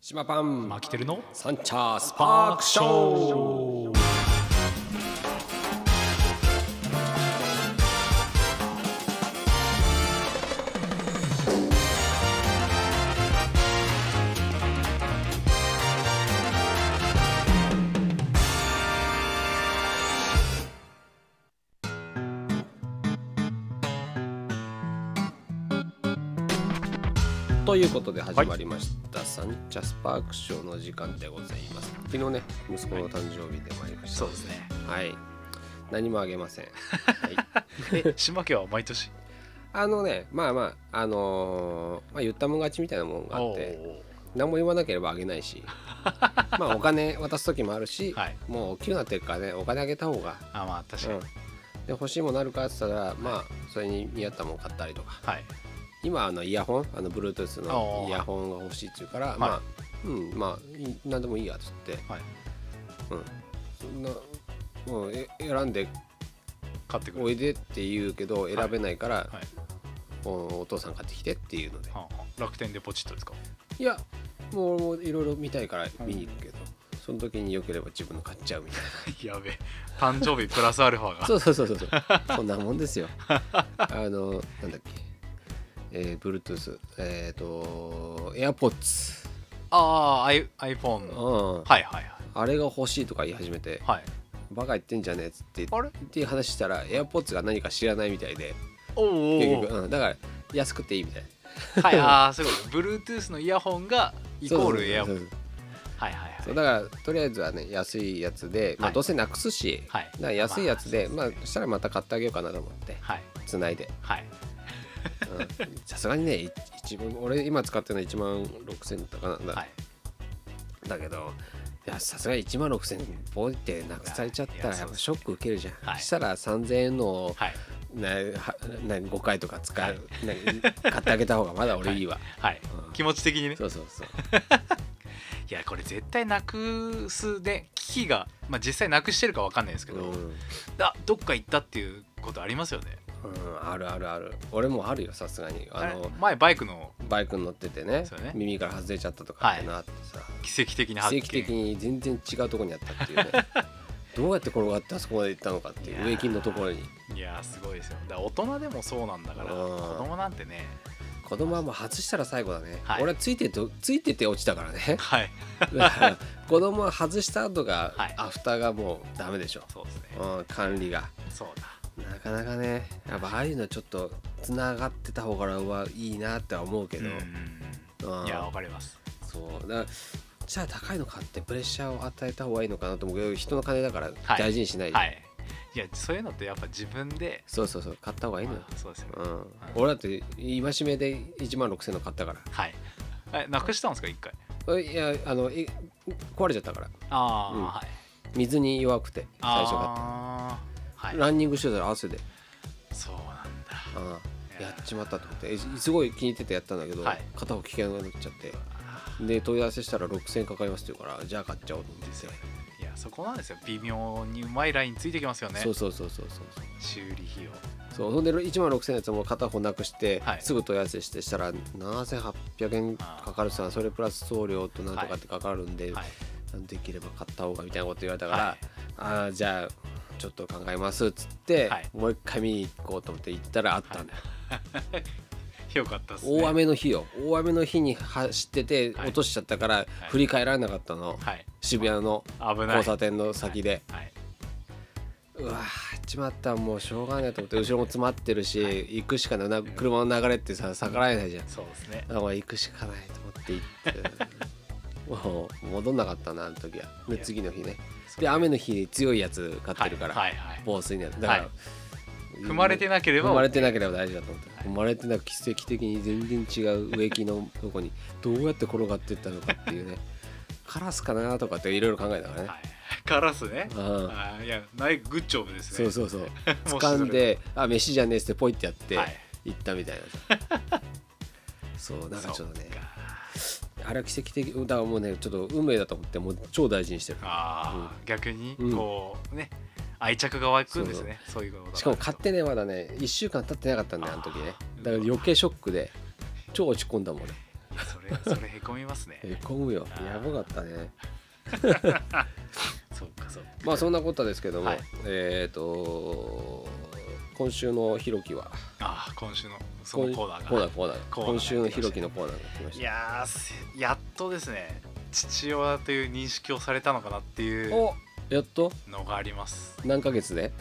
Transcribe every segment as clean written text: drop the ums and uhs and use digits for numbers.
島パンマキテルのサンチャースパークショー。ということで始まりました、サンチャスパークショーの時間でございます。昨日ね、息子の誕生日でもありました、 そうですね。 はい。何もあげません。はい、 島家は毎年まあ言ったもん勝ちみたいなもんがあって、何も言わなければあげないしまあお金渡す時もあるし、はい、もう大きくなってるからね、お金あげた方がまあ確かに、で欲しいものあるかって言ったら、まあそれに見合ったもの買ったりとか、はい、今イヤホンBluetooth のイヤホンが欲しいって言うから、はい、まあ何でもいいやっつって、はい、選んで買ってくるおいでって言うけど選べないから、はいはい、お父さん買ってきてっていうので、 楽天でポチッとですか？いやもういろいろ見たいから見に行くけど、その時に良ければ自分の買っちゃうみたいなやべえ、誕生日プラスアルファがそうそんなもんですよなんだっけBluetooth AirPods iPhone の、はいはいはい、 あれが欲しいとか言い始めて、はい、バカ言ってんじゃねえっつってっていう話したら AirPods が何か知らないみたいで、結局、だから安くていいみたいなはい、そういうこと Bluetooth のイヤホンがイコール AirPods、はいはいはい、 そうだからとりあえずはね安いやつで、まあ、どうせなくすし、はい、だから安いやつで、まあそしたらまた買ってあげようかなと思って、はい、つないで、はいさすがにね俺今使ってるの1万6000とかなんだ、はい、だけどさすがに1万6000ポイってなくされちゃったらやっぱショック受けるじゃん、はい、したら3000円のを、はい、5回とか使う、はい、買ってあげた方がまだ俺いいわ、 はい気持ち的にね。 そういやこれ絶対なくすで機器が、まあ、実際なくしてるか分かんないですけど、どっか行ったっていうことありますよね。 ある俺もあるよさすがに。 前バイクに乗ってて ね耳から外れちゃったとかってなってさ、はい、 奇跡的に発見、 奇跡的に全然違うところにあったっていうねどうやって転がってあそこまで行ったのかっていう植木のところに。 いやすごいですよ。だから大人でもそうなんだから、子供なんてね、 子供はもう外したら最後だね、はい、俺はついてて落ちたからね、はい、子供は外した後が、はい、アフターがもうダメでしょ。そうですね、管理がそうだなかなかね、やっぱああいうのちょっとつながってた方がいいなっては思うけど、 いやわかります。 そうだからじゃあ高いの買ってプレッシャーを与えた方がいいのかなと思うけど、人の金だから大事にしないで、はいはい、 いやそういうのってやっぱ自分でそう買った方がいいのよ。そうですよね、俺だって戒めで1万6000の買ったから。 はい、なくしたんですか一回？ いや壊れちゃったから。 はい、 水に弱くて最初買った、ランニングしてたら汗で、 そうなんだ、 やっちまったと思って、すごい気に入っててやったんだけど、片方聞けなくなっちゃって、で問い合わせしたら6000円かかりますって言うから、じゃあ買っちゃおうと思って。 いやそこなんですよ、微妙にうまいラインついてきますよね。 そう修理費用。 そんで1万6000円のやつも片方なくして、すぐ問い合わせしたら7800円かかるさ、それプラス送料となんとかってかかるんで、できれば買った方がみたいなこと言われたから、じゃあちょっと考えますっつって、もう一回見に行こうと思って行ったらあったんだよ、 よかったっすね。 大雨の日に走ってて落としちゃったから振り返られなかったの、渋谷の交差点の先で、うわーっちまった、もうしょうがないと思って、後ろも詰まってるし、行くしかない、車の流れってさ逆らえないじゃん。 そうですね、 だから行くしかないと思って行ってもう戻んなかったなあの時は。で次の日ね、で雨の日に強いやつ買ってるから、防水のやつだから、 踏まれてなければ大丈夫だと思って、踏まれてなく奇跡的に全然違う植木のとこにどうやって転がっていったのかっていうねカラスかなとかっていろいろ考えたからね、 カラスね、いやグッジョブですね。 そう掴んで飯じゃねえってポイってやって行ったみたいなそうなんかちょっとね、あれは奇跡的だからもうね、ちょっと運命だと思ってもう超大事にしてる。 逆にこうね、愛着が湧くんですね。そういうことだ。 しかも買ってねまだね1週間経ってなかったんだよあの時ね。だから余計ショックで超落ち込んだもんね。 それへこみますね。 へこむよ。やばかったね。 そうかそうか。 まあそんなことですけども、 はい、 今週のひろきは、 今週のそのコーナーが今週のひろきのコーナーが来ました。 いややっとですね、父親という認識をされたのかなっていうやっとのがあります。 何ヶ月で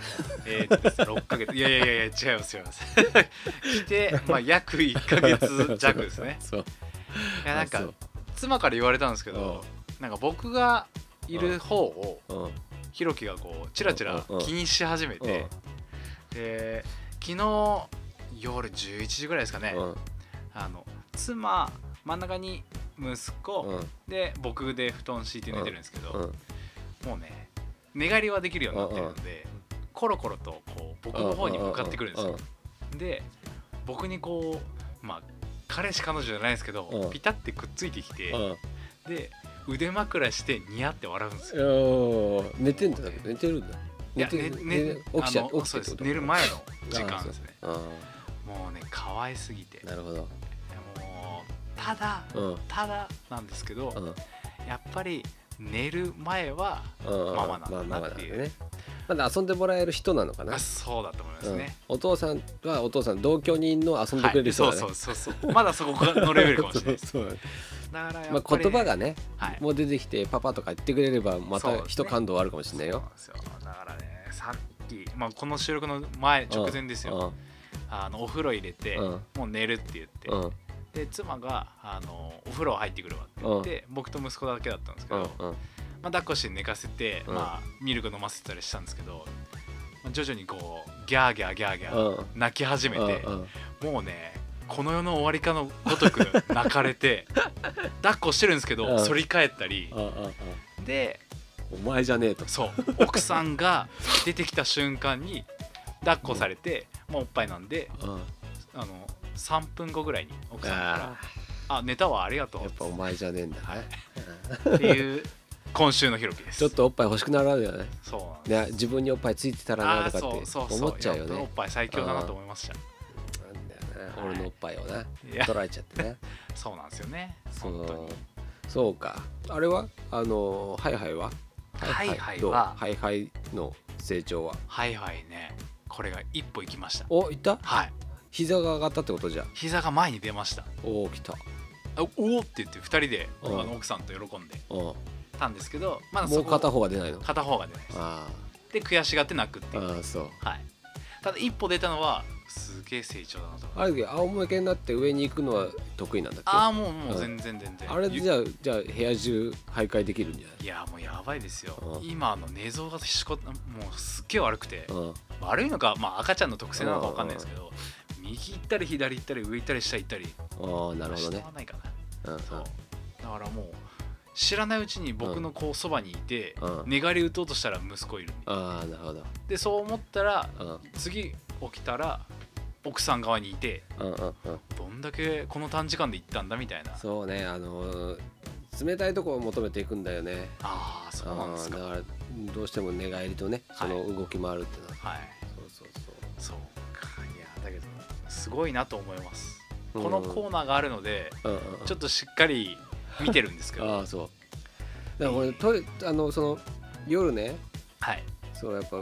6ヶ月。いや違います来て、約1ヶ月弱ですね。 そういやなんか妻から言われたんですけど、なんか僕がいる方をひろきがこうチラチラ気にし始めて、で昨日夜11時ぐらいですかね、妻真ん中に息子、で僕で布団敷いて寝てるんですけど、もうね寝返りはできるようになってるので、コロコロとこう僕の方に向かってくるんですよ。で僕にこう彼氏彼女じゃないですけど、ピタってくっついてきて、で腕枕してニヤって笑うんですよ。 寝てるんだ。 いや起きちゃう。そうです。寝る前の時間ですね。もうね可愛すぎて。 なるほど。 もうただなんですけど、やっぱり寝る前はママなんだなっていう。 まだ遊んでもらえる人なのかな。 そうだと思いますね。 お父さんはお父さん、同居人の遊んでくれる人だね。 そうまだそこのレベルかもしれない。だからやっぱり言葉がね、もう出てきてパパとか言ってくれればまた一感動あるかもしれないよ。 だからね、さっきこの収録の直前ですよ。お風呂入れてもう寝るって言って、で妻がお風呂入ってくるわって言って、僕と息子だけだったんですけど、抱っこして寝かせてミルク飲ませたりしたんですけど、徐々にこうギャーギャー泣き始めて、もうねこの世の終わりかのごとく泣かれて抱っこしてるんですけど反り返ったりで、 お前じゃねえと、 そう奥さんが出てきた瞬間に抱っこされて、もうおっぱいなんで、3分後ぐらいに奥さんから寝たわありがとう、 やっぱお前じゃねえんだっていう今週のひろきです。 ちょっとおっぱい欲しくなるよね。 そうね、自分におっぱいついてたらなとかって思っちゃうよね。 おっぱい最強だなと思いました。 なんだよね、俺のおっぱいをな取られちゃってね。 そうなんですよね。本当にそうか。あれはハイハイはハイハイの成長は。 ハイハイね、これが一歩行きました。 いった。 はい。 膝が上がったってことじゃ。 膝が前に出ました。 来た。 おおって言って2人で奥さんと喜んでたんですけど、まだもう片方が出ないの。 片方が出ないです。で悔しがって泣くっていう。 そう。 はい。ただ一歩出たのはすげえ成長だなと。 あれ仰向けになって上に行くのは得意なんだっけ。 もう全然。 あれじゃあ部屋中徘徊できるんじゃない。 いやもうやばいですよ。今寝相がもうすっげえ悪くて、悪いのか赤ちゃんの特性なのか分かんないですけど、右行ったり左行ったり上行ったり下行ったり。 なるほどね。 下はないかな。そうだからもう知らないうちに僕のこうそばにいて、寝返り打とうとしたら息子いる。 なるほど。 でそう思ったら、次起きたら奥さん側にいて、どんだけこの短時間で行ったんだみたいな。 そうね、冷たいところを求めていくんだよね。 そうなんですか。 だからどうしても寝返りとね、その動き回るってのは。 そうか。いやだけどすごいなと思います。このコーナーがあるので、ちょっとしっかり見てるんですけど。 そう。だから俺その夜ね、そうやっぱ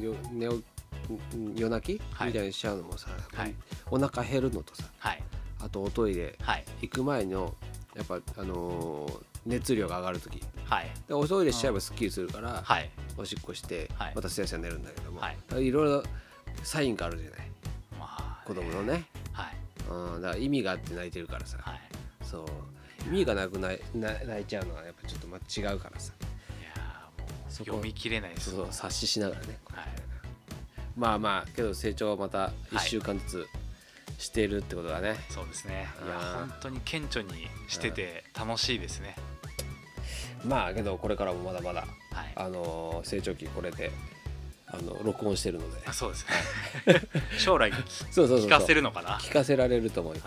夜泣きみたいにしちゃうのもさ、お腹減るのとさ、あとおトイレ行く前のやっぱ熱量が上がる時、でおトイレしちゃえばすっきりするから、おしっこしてまたすやすや寝るんだけども、いろいろサインがあるじゃない、子供のね。だから意味があって泣いてるからさ、そう意味がなく泣いちゃうのはやっぱちょっと違うからさ。 いやもう読み切れないです。 そう察ししながらね。けど成長はまた1週間ずつしているってことだね。 そうですね。いや本当に顕著にしてて楽しいですね。 けどこれからもまだまだ成長期これで録音してるので。 そうですね。将来聞かせるのかな。 聞かせられると思います。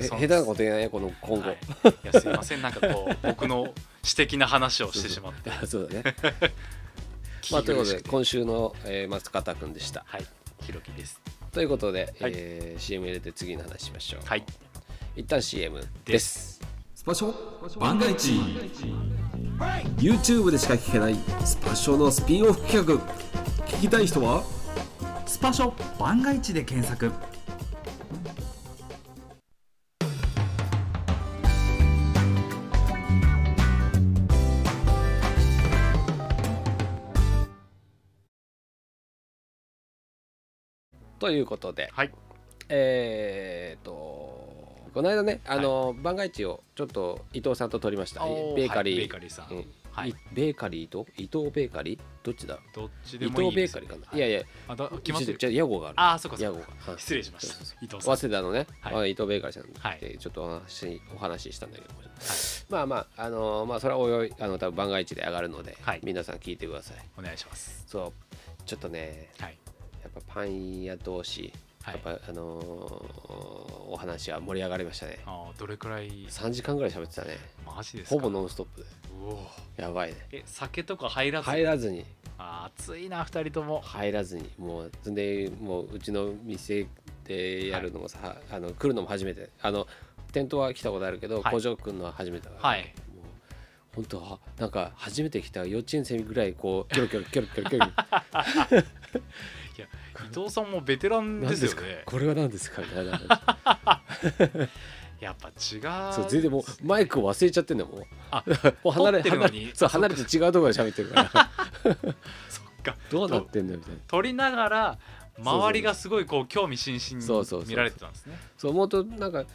下手なこと言えないこの今後。 いやすいません、なんかこう僕の私的な話をしてしまって。 そうだね。ということで今週の松方くんでした。 ひろきです。 ということで CM 入れて次の話しましょう。一旦 CM です。 パショ万が一 YouTube でしか聞けないスパショのスピンオフ企画、聞きたい人はスパショ万が一で検索。 ということで、 はい、 この間ね、万が一をちょっと伊藤さんと撮りました。ベーカリー、 ベーカリーさん、 ベーカリーと伊藤ベーカリーどっちだ？ どっちでもいいです。 伊藤ベーカリーかな。いやいや、 来ますよ。 じゃ屋号がある。 あ、そうか。 屋号が。 失礼しました。伊藤さん。 早稲田のね、伊藤ベーカリーさんでちょっとお話ししたんだけど、まあまあまあそれはおいおい多分万が一で上がるので、皆さん聞いてください。 お願いします。 そうちょっとね、やっぱパン屋同士。やっぱお話は盛り上がりましたね。 どれくらい ？3時間ぐらい喋ってたね。 マジですか？ ほぼノンストップで。やばいね。 酒とか入らずに。暑いな2人とも。入らずに、もうでもううちの店でやるのもさ、来るのも初めて。店頭は来たことあるけど、工場来るのは初めてだから。もう本当はなんか初めて来た幼稚園生ぐらいこうキョロキョロキョロキョロキョロ。 いや伊藤さんもベテランですよね。 これは何ですかみたいな。 やっぱ違う。 そう全然もうマイクを忘れちゃってんだよもう。もう離れて違うところで喋ってるから。 そっか。 どうなってんだよみたいな。 撮りながら周りがすごいこう興味津々に見られてたんですね。 そう思うとなんか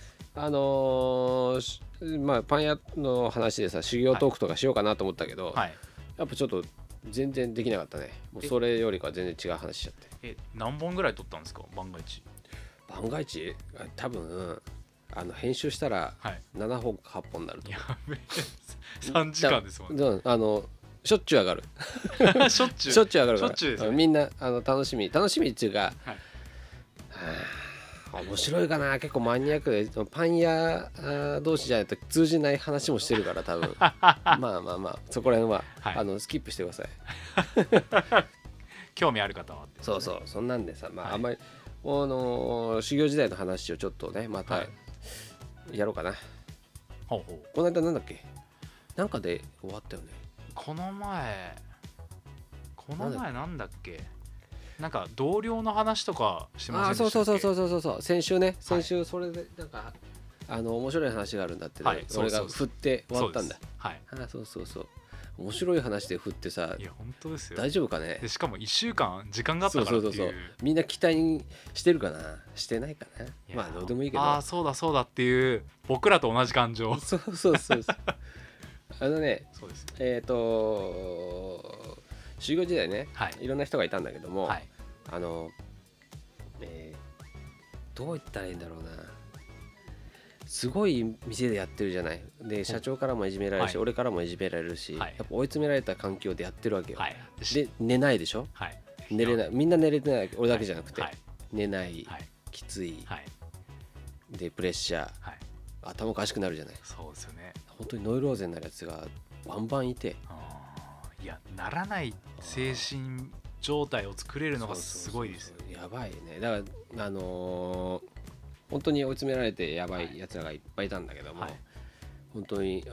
まあパン屋の話でさ修行トークとかしようかなと思ったけど、やっぱちょっと全然できなかったね。もうそれよりかは全然違う話しちゃって。 何本ぐらい撮ったんですか万が一？ 万が一多分編集したら7本か8本になると。 やべえ3時間ですもんね。 しょっちゅう上がる。しょっちゅう上がるから。みんな楽しみっていうか、面白いかな。結構マニアックでパン屋同士じゃないと通じない話もしてるから多分まあそこら辺はスキップしてください。 興味ある方は。 そうそんなんでさ、あんまり修行時代の話をちょっとねまたやろうかな。この間なんだっけ、なんかで終わったよね。 この前なんだっけ、なんか同僚の話とかしてませんでしたっけ？ そう先週それでなんか面白い話があるんだって、俺が振って終わったんだ。そう面白い話で振ってさ。 いや本当ですよ。 大丈夫かね。 でしかも1週間時間があったからっていう。そうみんな期待してるかな、してないかな。まあどうでもいいけど。 そうだっていう僕らと同じ感情。 そうね、そうです。修行時代ね、いろんな人がいたんだけども、どう言ったらいいんだろうな。すごい店でやってるじゃない。で社長からもいじめられるし、俺からもいじめられるし、やっぱ追い詰められた環境でやってるわけよ。で寝ないでしょ。寝れない、みんな寝れてない。俺だけじゃなくて、寝ない、きつい、でプレッシャー、頭おかしくなるじゃない。 そうですよね。 本当にノイローゼになるやつがバンバンいて、 いやならない精神状態を作れるのがすごいですよ。 やばいね。だから本当に追い詰められてやばいやつらがいっぱいいたんだけども、本当に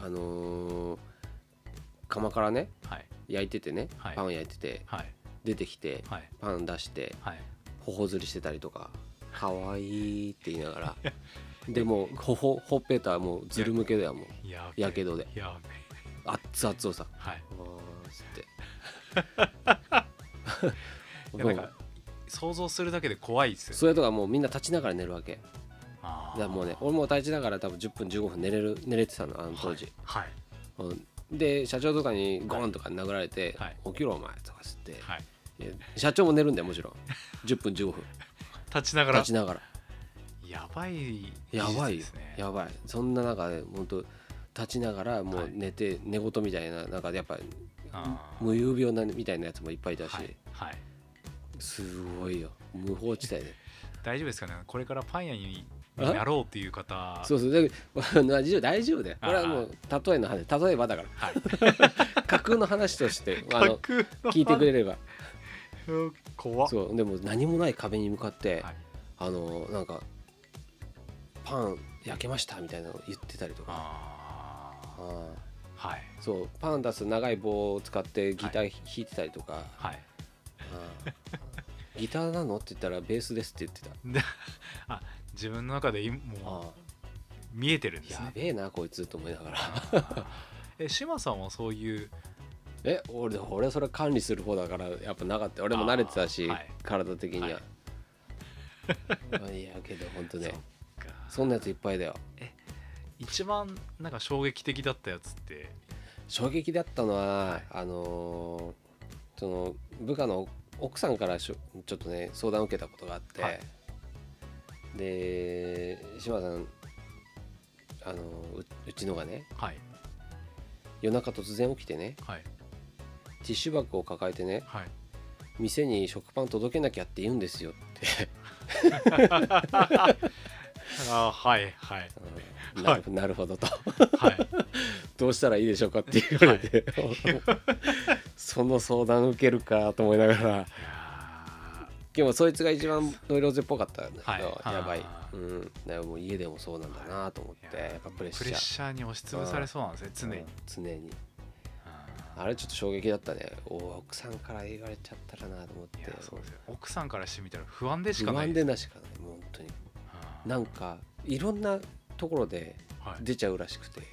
窯からね、焼いててね、パン焼いてて、出てきて、パン出して、頬ずりしてたりとか、かわいいって言いながらでもほっぺたはもうずるむけだよ、もうやけどで熱々をさ、 なんか想像するだけで怖いですよ。 それとかもうみんな立ちながら寝るわけ。だからもうね、俺も立ちながら多分10分15分寝れてたの、当時。で社長とかにゴーンとか殴られて、起きろお前とかつって、社長も寝るんだよもちろん。10分15分立ちながらやばいですね。 やばい。そんな中で本当立ちながらもう寝て、寝言みたいな、なんかやっぱ無遊病なみたいなやつもいっぱいいたし、すごいよ、無法地帯で。 大丈夫ですかね、これからパン屋になろうっていう方。 そう大丈夫だよ。これはもう例えの話、例えばだから架空の話として聞いてくれれば。 怖っ。 そうでも何もない壁に向かって、なんかパン焼けましたみたいなのを言ってたりとか、 はい、 そうパンダス長い棒を使ってギター弾いてたりとか、 はい、 ギターなのって言ったらベースですって言ってたあ、自分の中でもう見えてるんですね。 やべえなこいつと思いながら島さんはそういう俺はそれ管理する方だからやっぱなかった。俺も慣れてたし、体的には、いやけど本当ねそんなやついっぱいだよ。 一番なんか衝撃的だったやつって？ 衝撃だったのは、その部下の奥さんからちょっとね相談を受けたことがあって、で島さんうちのがね、夜中突然起きてね、ティッシュバッグを抱えてね、店に食パン届けなきゃって言うんですよってはいなるほどとどうしたらいいでしょうかって言われて、その相談受けるかと思いながら、でもそいつが一番ノイローゼっぽかったんだけど、やばい、でも家でもそうなんだなと思って、やっぱプレッシャーに押しつぶされそうなんですね、 常に。あれちょっと衝撃だったね。奥さんから言われちゃったらなと思って。 そうですよ、奥さんからしてみたら不安でしかない。 不安でなしかない、もう本当に。なんかいろんなところで出ちゃうらしくて、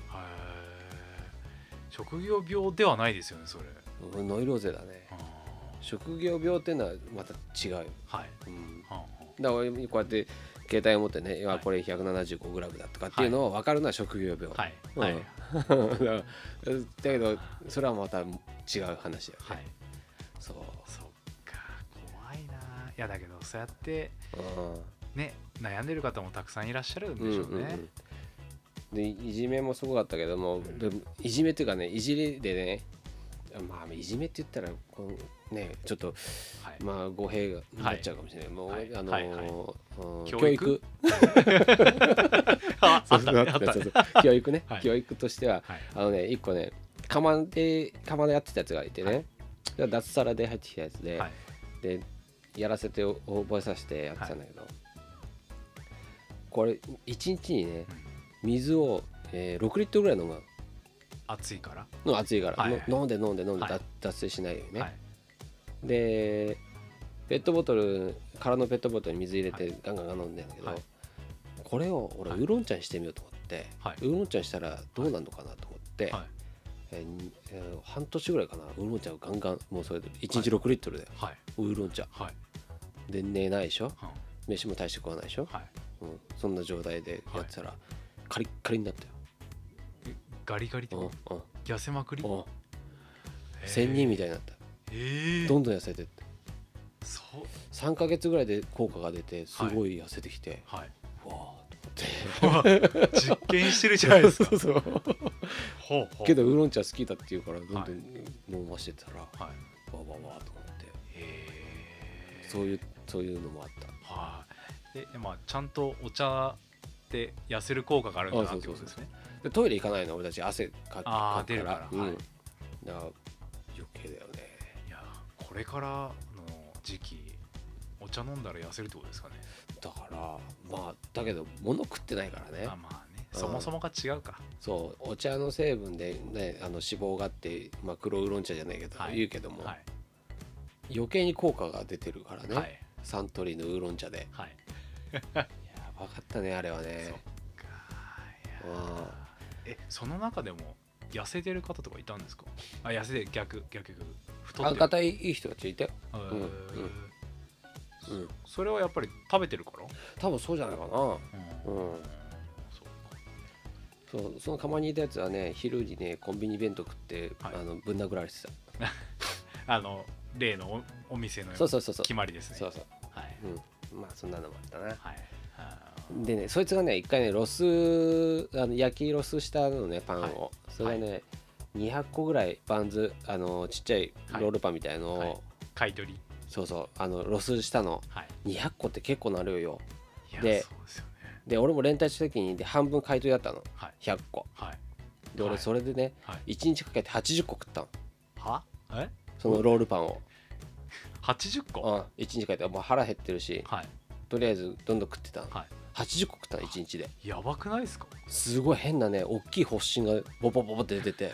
職業病ではないですよねそれ。 ノイローゼだね。職業病っていうのはまた違うよ。だからこうやって携帯を持ってね、これ 175g だとかっていうのを分かるのは職業病。だけどそれはまた違う話だよね。 そっか、怖いな。いやだけどそうやってね悩んでる方もたくさんいらっしゃるんでしょうね。 でいじめもすごかったけども、いじめっていうかね、いじりでね、まあいじめって言ったらねちょっとまあ語弊がなっちゃうかもしれない。もう教育教育ね、教育としては一個ね釜でやってたやつがいてね、脱サラで入ってきたやつで、でやらせて覚えさせてやってたんだけど、これ1日にね水を6リットルぐらい飲む。 暑いから飲んで脱水しないようにね。でペットボトル、空のペットボトルに水入れてガンガン飲んでるんだけど、これを俺ウーロン茶にしてみようと思って、ウーロン茶にしたらどうなるのかなと思って、半年ぐらいかな、ウーロン茶をガンガン、もうそれで1日6リットルでウーロン茶で寝ないでしょ、飯も大して食わないでしょ、そんな状態でやってたらカリッカリになったよ。 ガリガリって痩せまくり、 仙人みたいになった。どんどん痩せてって、3ヶ月ぐらいで効果が出てすごい痩せてきて、わーと思って実験してるじゃないですか。 けどウーロン茶好きだっていうからどんどん飲ましてたらわわわと思って、そういうのもあった。 でまあちゃんとお茶で痩せる効果があるんだなってことですね。 トイレ行かないの俺たち、汗かくから出るから、 だから余計だよね。 いやこれからの時期お茶飲んだら痩せるってことですかね。 だからまあだけど物食ってないからね。 まあね、そもそもが違うか。 そうお茶の成分でね脂肪があって、黒ウーロン茶じゃないけど、言うけども、余計に効果が出てるからね、サントリーのウーロン茶で。やばかったねあれはね。 その中でも痩せてる方とかいたんですか？痩せて逆太ってる。 硬い人たちいたよ。 それはやっぱり食べてるから？ 多分そうじゃないかな。その釜にいたやつはね、昼にねコンビニ弁当食ってぶん殴られてた。例のお店の決まりですね。 まあそんなのもあったな。でね、そいつがね一回ね焼きロスしたのね、パンを。それがね200個ぐらいバンズ、ちっちゃいロールパンみたいのを買い取り、 ロスしたの。200個って結構なるよ。 で俺も連帯した時に半分買い取りだったの、100個。で俺それでね1日かけて80個食ったの。そのロールパンを 80個？ 1日かけて、もう腹減ってるしとりあえずどんどん食ってたの。 80個食ったの1日で。 やばくないですか？ すごい変なね大きい発疹がボボボボって出てて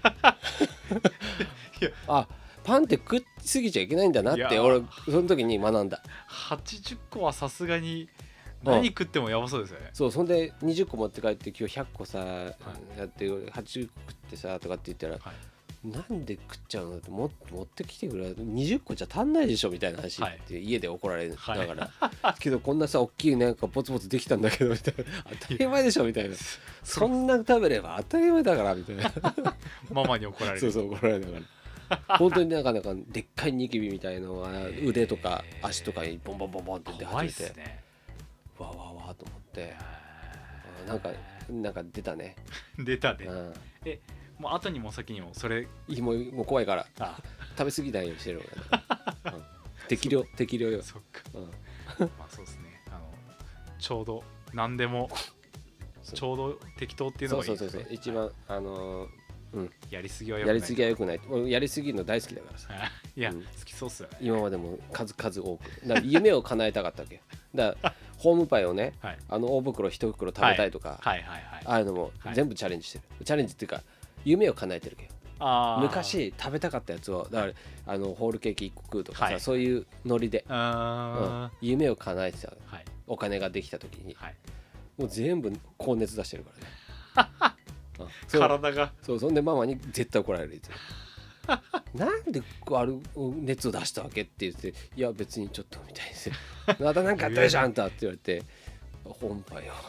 あ、パンって食いすぎちゃいけないんだなって俺その時に学んだ。 80個はさすがに何食ってもやばそうですよね。 そう、そんで20個持って帰って今日100個さ、やって80個食ってさとかって言ったら、なんで食っちゃうのって持ってきてくれ、20個じゃ足んないでしょみたいな話って家で怒られながら、けどこんなさ大きいなんかポツポツできたんだけどみたいな、当たり前でしょみたいな、そんな食べれば当たり前だからみたいなママに怒られる。 そうそう怒られながら本当になんかでっかいニキビみたいのが腕とか足とかにボンボンボンボンって出始めて、わわわと思って、なんか出たね出たね。もう後にも先にもそれもう怖いから食べ過ぎないようにしてる俺、適量よ。 そっか、まあそうですね、ちょうど何でもちょうど適当っていうのがいいですね。 そう一番やりすぎは良くない。やりすぎるの大好きだからさいや、好きそうっすよね。 今までも数多くだから夢を叶えたかったわけだからホームパイをね、大袋一袋食べたいとか、ああいうのも全部チャレンジしてる。チャレンジっていうか夢を叶えてるけど、昔食べたかったやつをだからホールケーキ1個食うとかさ、そういうノリで、夢を叶えてた、お金ができた時に、もう全部高熱出してるからね体がそんでママに絶対怒られるなんで熱を出したわけって言って、いや別にちょっとみたいですよまたなんかやったでしょあんたって言われて、ホームパイよ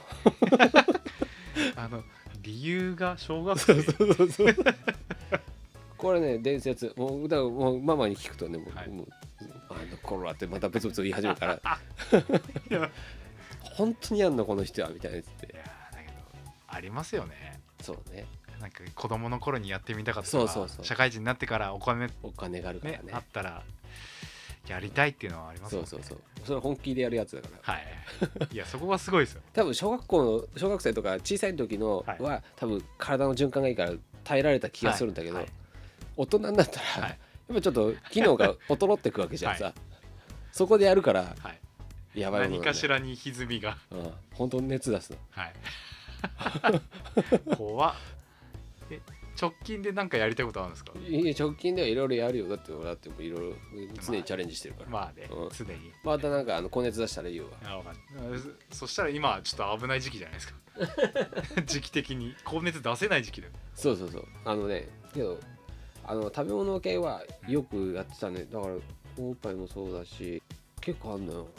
理由が小学生そうこれね伝説、もうママに聞くとね、もうコロナってまた別々言い始めるから本当にやんのこの人はみたいなって。 いやだけどありますよね。 そうね、 なんか子供の頃にやってみたかったから、社会人になってからお金があるからね、 あったらやりたいっていうのはありますよね。 そうそれ本気でやるやつだから、 いやそこがすごいですよ。 多分小学生とか小さい時のは、多分体の循環がいいから耐えられた気がするんだけど、大人になったら、やっぱちょっと機能が衰ってくわけじゃんさ、そこでやるから、やばいもの何かしらに歪みが、 本当に熱出すの。 怖っ。直近で何かやりたいことあるんですか？ いや直近ではいろいろやるよ。だっていろいろ常にチャレンジしてるから。 まあね、常に。 またなんか高熱出したら言うわ。 そしたら今ちょっと危ない時期じゃないですか時期的に高熱出せない時期だよ。 そうけど食べ物系はよくやってたね。だからおっぱいもそうだし結構あんのよ。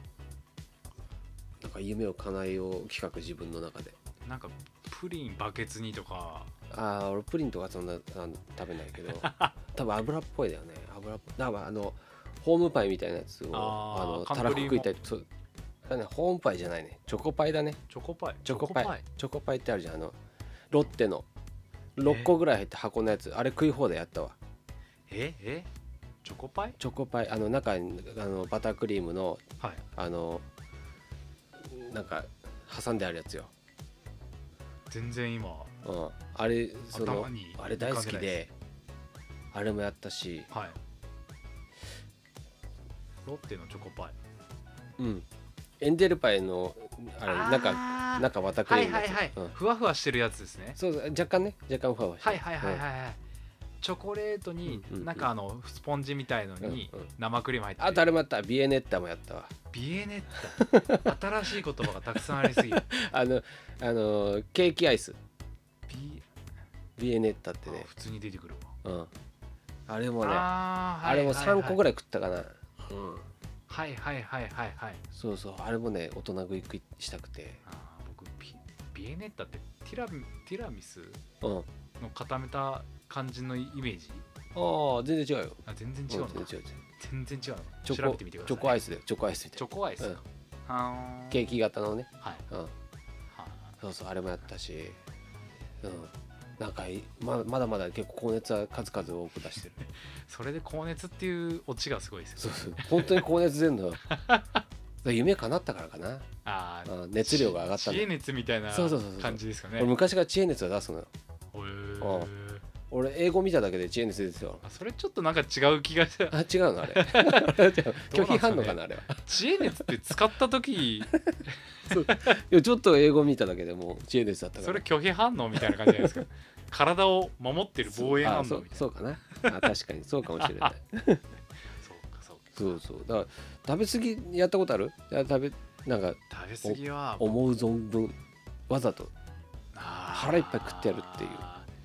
なんか夢を叶えよう企画、自分の中で。 なんかプリンバケツにとか。 俺プリンとかそんな食べないけど多分油っぽいだよね。だからホームパイみたいなやつをたらふく食いたい。そうだね、ホームパイじゃないね、チョコパイだね。 チョコパイってあるじゃん、ロッテの6個ぐらい入った箱のやつ、あれ食い放題やったわ。 チョコパイ中にバタークリームの、なんか挟んであるやつよ。 全然今、 あれ大好きで、あれもやったし、 ロッテのチョコパイ、 エンジェルパイのあれ中バタークリーム、 ふわふわしてるやつですね。 そう若干ふわふわしてる。 チョコレートに中スポンジみたいのに生クリーム入ってる。 あれもやった。ビエネッタもやったわ。 ビエネッタ新しい言葉がたくさんありすぎるケーキアイスビエネッタってね、 普通に出てくるわ。 あれもね、あれも3個ぐらい食ったかな。そうあれもね大人食いしたくて。 僕ビエネッタってティラミスの固めた感じのイメージ。 全然違うよ。 全然違う。全然違う。調べてみてください。 チョコアイスでチョコアイスみたいな。 チョコアイスケーキ型のね。そうあれもやったし、なんかまだまだ結構高熱は数々多く出してるそれで高熱っていうオチがすごいですよ。 そう本当に高熱出んの夢叶ったからかな。熱量が上がった。 知恵熱みたいな感じですかね。 俺昔から知恵熱を出すのよ。 俺英語見ただけで知恵熱ですよ。 それちょっとなんか違う気がしてあ、違うのあれ拒否反応かなあれは。 知恵熱って使った時いやちょっと英語見ただけでもう知恵熱だったから。 それ拒否反応みたいな感じじゃないですか体を守ってる防衛反応みたいな。 そうかなあ、確かにそうかもしれないそうだから食べ過ぎやったことある？なんか食べ過ぎは思う存分わざと腹いっぱい食ってやるっていう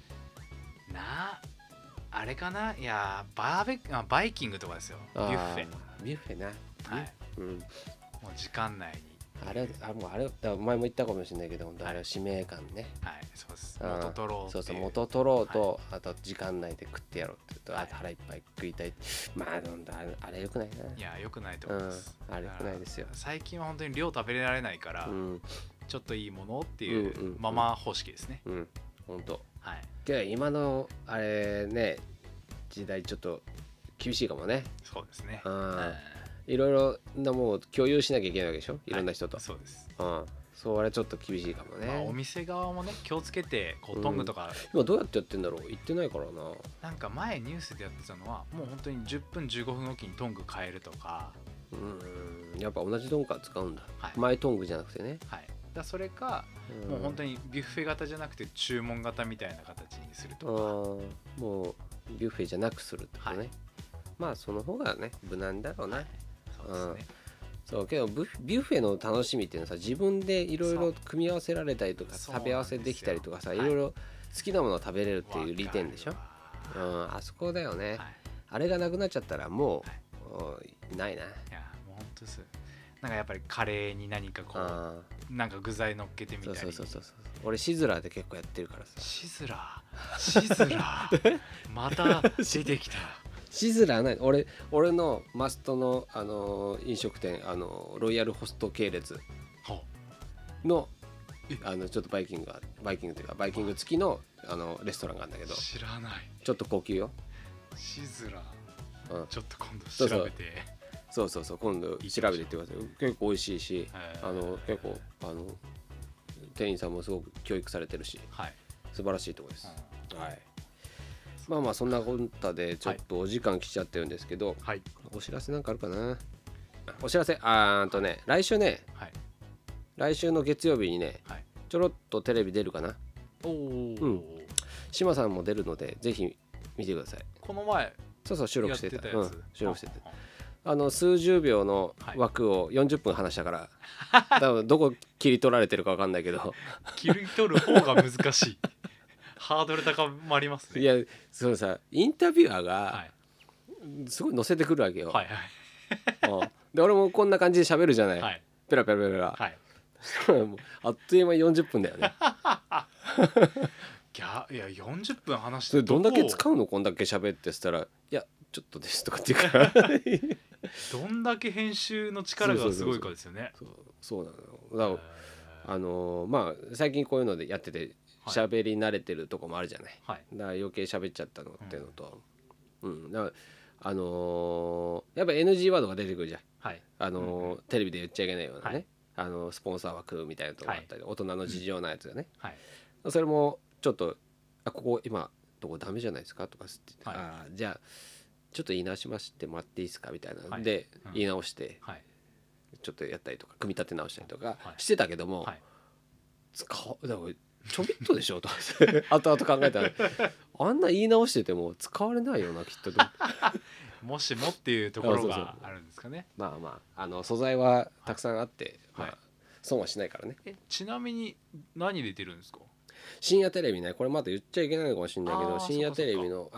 あれかな。いやバイキングとかですよ。ビュッフェな。はい、もう時間内にあれだ前も言ったかもしれないけど、あれは使命感ね。 はい、そうです。元取ろう。 そうそう、元取ろうと、あと時間内で食ってやろうって言うと、あと腹いっぱい食いたい。まああれ良くないな。 いや良くないと思います。 あれ良くないですよ。 最近は本当に量食べられないから、ちょっといいものっていうママ方式ですね。 本当。 はい。 けど今のあれね、時代ちょっと厳しいかもね。 そうですね。 いろいろなもう共有しなきゃいけないわけでしょ、いろんな人と。 そうです。 そうあれちょっと厳しいかもね。 お店側もね気をつけてトングとか。 今どうやってやってんだろう、言ってないからな。 なんか前ニュースでやってたのはもう本当に10分15分おきにトング変えるとか。 やっぱ同じトング使うんだ。前トングじゃなくてね。 はい。だそれかもう本当にビュッフェ型じゃなくて注文型みたいな形にするとか。 もうビュッフェじゃなくするってことね。まあその方がね無難だろうな。そうですね。そうけどビュッフェの楽しみっていうのはさ、自分でいろいろ組み合わせられたりとか食べ合わせできたりとかさ、いろいろ好きなものを食べれるっていう利点でしょ。あそこだよね。あれがなくなっちゃったらもうないな。いやもう本当です。なんかやっぱりカレーに何かこうなんか具材乗っけてみたり。 そう俺シズラーで結構やってるからさ。 シズラーまた出てきた。 シズラーない。俺のマストの、飲食店ロイヤルホスト系列のちょっとバイキングというかバイキング付きのレストランがあるんだけど、 知らない。 ちょっと高級よ。 シズラー、ちょっと今度調べて。 そう今度調べていってください。結構美味しいし、結構店員さんもすごく教育されてるし、素晴らしいところです。はい。まあそんなこんなでちょっとお時間来ちゃってるんですけど、お知らせなんかあるかな。お知らせ来週ね、来週の月曜日にね、ちょろっとテレビ出るかな。島さんも出るのでぜひ見てください。 この前そう収録してた数十秒の枠を40分話したから多分どこ切り取られてるか分かんないけど切り取る方が難しいハードル高まりますね。 いやそうさ、インタビュアーがすごい載せてくるわけよ。で俺もこんな感じで喋るじゃない、ペラペラペラ、あっという間に40分だよねいや40分話してどんだけ使うの、こんだけ喋ってしたら、いやちょっとですとかって言うからどんだけ編集の力がすごいかですよね。 そうなのよ。だから最近こういうのでやってて喋り慣れてるとこもあるじゃない、だから余計喋っちゃったのっていうのと、だからやっぱ NG ワードが出てくるじゃん、テレビで言っちゃいけないようなね、スポンサー枠みたいなとこがあったり、大人の事情なやつがね、それもちょっとここ今どこダメじゃないですかとかって言って、じゃあちょっと言い直しましてもらっていいですかみたいなで言い直してちょっとやったりとか組み立て直したりとかしてたけども、だからちょびっとでしょと後々考えたらあんな言い直してても使われないよなきっともしもっていうところがあるんですかね。 素材はたくさんあって、損はしないからね。 ちなみに何出てるんですか？ 深夜テレビね、これまだ言っちゃいけないのかもしれないけど、深夜テレビの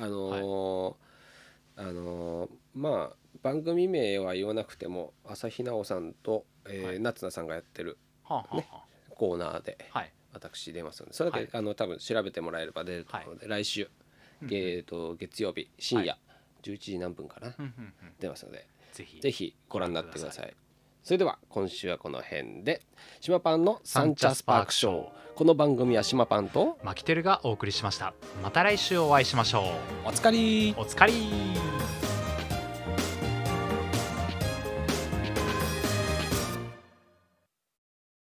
番組名は言わなくても朝日奈央さんと夏菜さんがやってるコーナーで私出ますので、それだけ多分調べてもらえれば出ると思うので、来週月曜日深夜11時何分かな出ますので、ぜひご覧になってください。それでは今週はこの辺で、島パンのサンチャスパークショー。この番組は島パンとマキテルがお送りしました。また来週お会いしましょう。 おつかり。 おつかり。